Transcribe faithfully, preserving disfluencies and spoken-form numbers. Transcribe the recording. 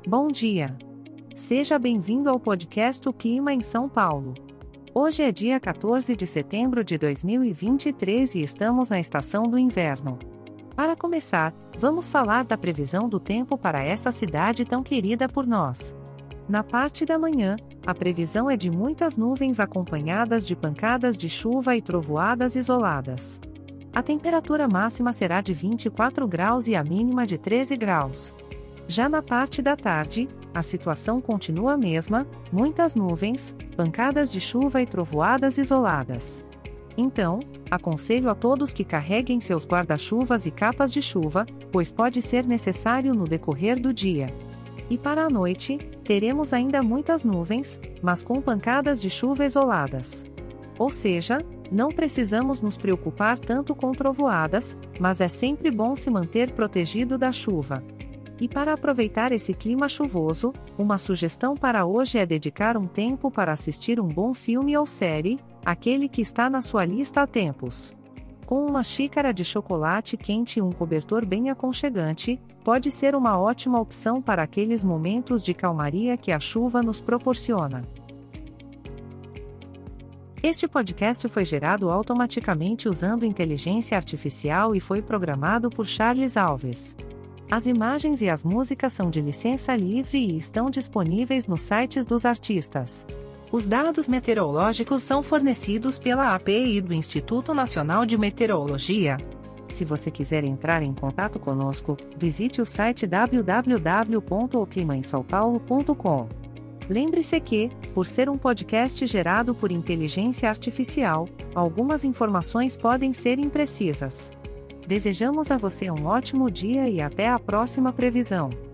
Bom dia! Seja bem-vindo ao podcast O Clima em São Paulo. Hoje é dia quatorze de setembro de dois mil e vinte e três e estamos na estação do inverno. Para começar, vamos falar da previsão do tempo para essa cidade tão querida por nós. Na parte da manhã, a previsão é de muitas nuvens acompanhadas de pancadas de chuva e trovoadas isoladas. A temperatura máxima será de vinte e quatro graus e a mínima de treze graus. Já na parte da tarde, a situação continua a mesma, muitas nuvens, pancadas de chuva e trovoadas isoladas. Então, aconselho a todos que carreguem seus guarda-chuvas e capas de chuva, pois pode ser necessário no decorrer do dia. E para a noite, teremos ainda muitas nuvens, mas com pancadas de chuva isoladas. Ou seja, não precisamos nos preocupar tanto com trovoadas, mas é sempre bom se manter protegido da chuva. E para aproveitar esse clima chuvoso, uma sugestão para hoje é dedicar um tempo para assistir um bom filme ou série, aquele que está na sua lista há tempos. Com uma xícara de chocolate quente e um cobertor bem aconchegante, pode ser uma ótima opção para aqueles momentos de calmaria que a chuva nos proporciona. Este podcast foi gerado automaticamente usando inteligência artificial e foi programado por Charles Alves. As imagens e as músicas são de licença livre e estão disponíveis nos sites dos artistas. Os dados meteorológicos são fornecidos pela A P I do Instituto Nacional de Meteorologia. Se você quiser entrar em contato conosco, visite o site w w w ponto o clima em são paulo ponto com. Lembre-se que, por ser um podcast gerado por inteligência artificial, algumas informações podem ser imprecisas. Desejamos a você um ótimo dia e até a próxima previsão.